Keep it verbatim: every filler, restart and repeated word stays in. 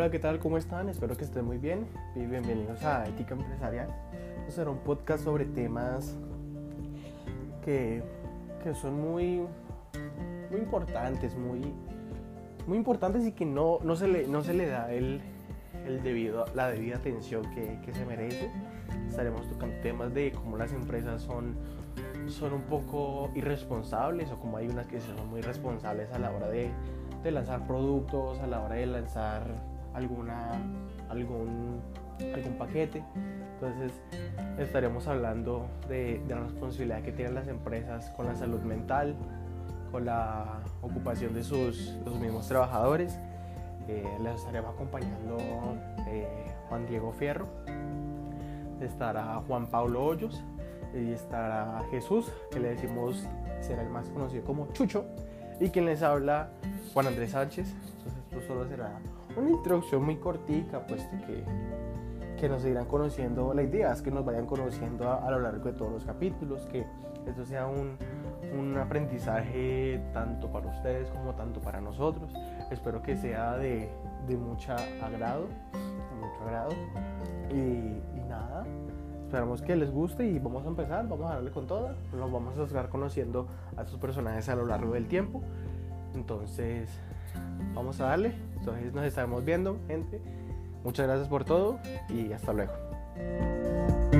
Hola, ¿qué tal? ¿Cómo están? Espero que estén muy bien y bienvenidos a Ética Empresarial. Este será un podcast sobre temas que, que son muy, muy importantes, muy, muy importantes y que no, no, se, le, no se le da el, el debido, la debida atención que, que se merece. Estaremos tocando temas de cómo las empresas son, son un poco irresponsables o como hay unas que son muy responsables a la hora de, de lanzar productos, a la hora de lanzar alguna, algún, algún paquete. Entonces estaremos hablando de, de la responsabilidad que tienen las empresas con la salud mental, con la ocupación de sus, de sus mismos trabajadores. Eh, les estaremos acompañando eh, Juan Diego Fierro, estará Juan Pablo Hoyos y estará Jesús, que le decimos será el más conocido como Chucho, y quien les habla Juan Andrés Sánchez. Entonces esto solo será una introducción muy cortica, puesto que, que nos irán conociendo. La idea es que nos vayan conociendo a, a lo largo de todos los capítulos, que esto sea un, un aprendizaje tanto para ustedes como tanto para nosotros. Espero que sea de, de mucho agrado, de mucho agrado. Y, y nada, esperamos que les guste y vamos a empezar, vamos a darle con toda. Nos vamos a estar conociendo a estos personajes a lo largo del tiempo. Entonces, vamos a darle. Entonces nos estaremos viendo, gente. Muchas gracias por todo y hasta luego.